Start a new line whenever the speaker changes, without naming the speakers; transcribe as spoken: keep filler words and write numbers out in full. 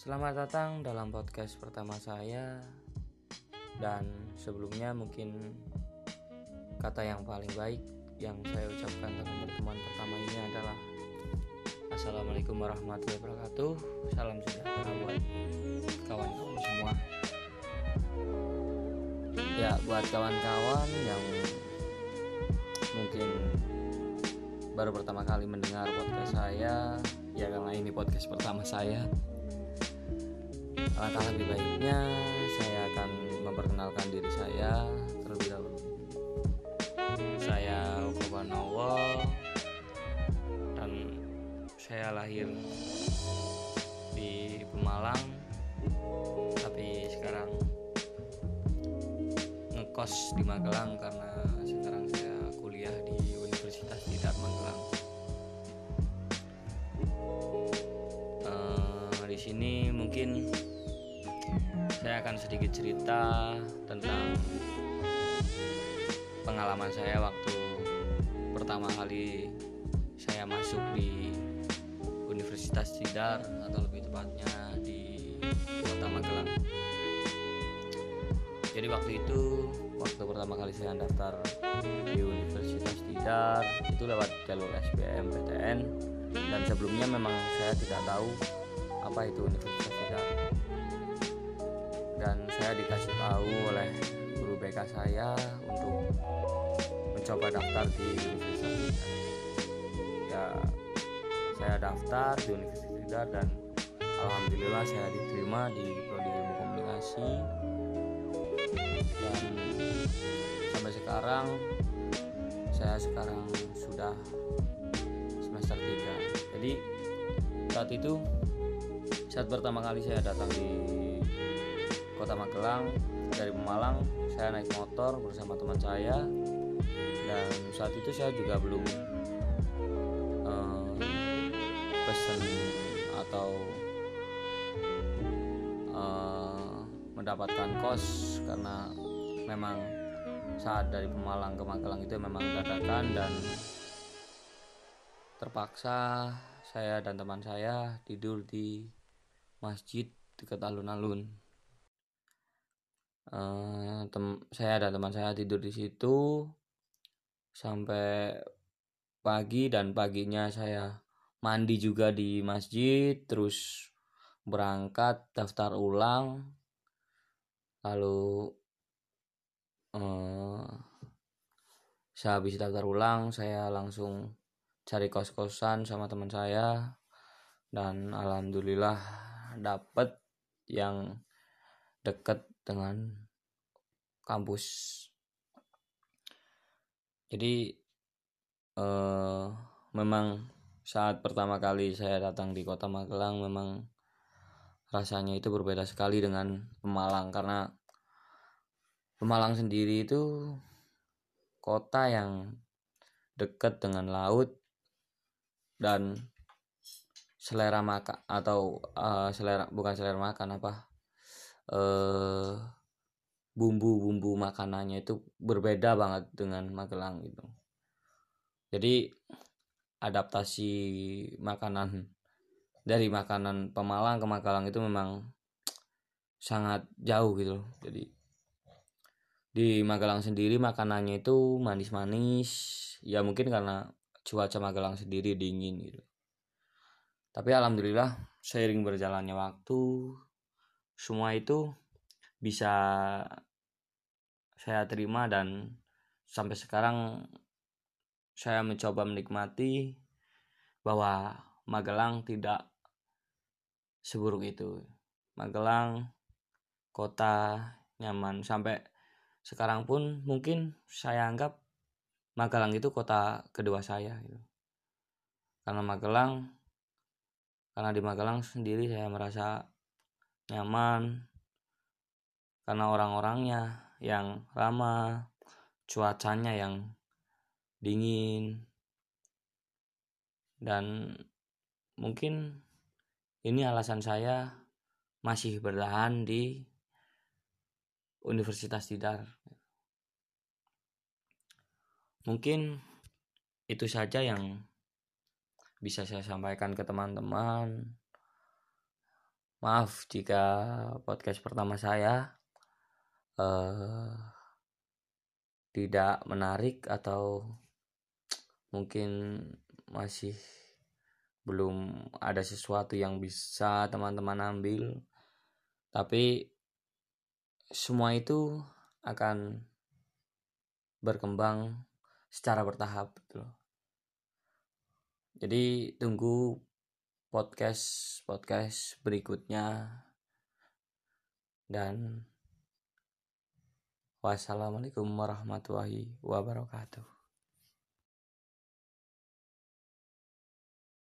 Selamat datang dalam podcast pertama saya. Dan sebelumnya mungkin kata yang paling baik yang saya ucapkan dalam pertemuan pertama ini adalah Assalamualaikum warahmatullahi wabarakatuh. Salam sejahtera buat kawan-kawan semua. Ya, buat kawan-kawan yang mungkin baru pertama kali mendengar podcast saya, ya karena ini podcast pertama saya, alangkah lebih baiknya saya akan memperkenalkan diri saya terlebih dahulu. Saya Uqbah Nawal dan saya lahir di Pemalang, tapi sekarang ngekos di Magelang karena sekarang saya kuliah di Universitas Tidar Magelang. Uh, di sini mungkin saya akan sedikit cerita tentang pengalaman saya waktu pertama kali saya masuk di Universitas Tidar, atau lebih tepatnya di Kota Magelang. Jadi waktu itu, waktu pertama kali saya daftar di Universitas Tidar itu lewat jalur S B M P T N, dan sebelumnya memang saya tidak tahu apa itu Universitas Tidar. Dan saya dikasih tahu oleh guru B K saya untuk mencoba daftar di Universitas Tidar. Ya, saya daftar di Universitas Tidar dan alhamdulillah saya diterima di prodi ilmu komunikasi. Dan sampai sekarang saya sekarang sudah semester tiga. Jadi saat itu, saat pertama kali saya datang di Kota Magelang dari Pemalang, saya naik motor bersama teman saya, dan saat itu saya juga belum uh, pesen atau uh, mendapatkan kos, karena memang saat dari Pemalang ke Magelang itu memang dadakan, dan terpaksa saya dan teman saya tidur di masjid dekat alun-alun. Uh, tem- saya dan teman saya tidur di situ sampai pagi, dan paginya saya mandi juga di masjid, terus berangkat daftar ulang. Lalu uh, saya habis daftar ulang, saya langsung cari kos-kosan sama teman saya, dan alhamdulillah dapet yang dekat dengan kampus. Jadi eh, memang saat pertama kali saya datang di Kota Magelang, memang rasanya itu berbeda sekali dengan Pemalang, karena Pemalang sendiri itu kota yang dekat dengan laut, dan selera makan atau uh, selera bukan selera makan apa uh, bumbu-bumbu makanannya itu berbeda banget dengan Magelang gitu. Jadi adaptasi makanan dari makanan Pemalang ke Magelang itu memang sangat jauh gitu. Jadi di Magelang sendiri makanannya itu manis-manis, ya mungkin karena cuaca Magelang sendiri dingin gitu. Tapi alhamdulillah seiring berjalannya waktu, semua itu bisa saya terima, dan sampai sekarang saya mencoba menikmati bahwa Magelang tidak seburuk itu. Magelang kota nyaman, sampai sekarang pun mungkin saya anggap Magelang itu kota kedua saya gitu. Karena Magelang karena di Magelang sendiri saya merasa nyaman, karena orang-orangnya yang ramah, cuacanya yang dingin, dan mungkin ini alasan saya masih bertahan di Universitas Tidar. Mungkin itu saja yang bisa saya sampaikan ke teman-teman. Maaf jika podcast pertama saya eh, tidak menarik atau mungkin masih belum ada sesuatu yang bisa teman-teman ambil. Tapi semua itu akan berkembang secara bertahap gitu loh. Jadi tunggu podcast podcast berikutnya, dan wassalamualaikum warahmatullahi wabarakatuh.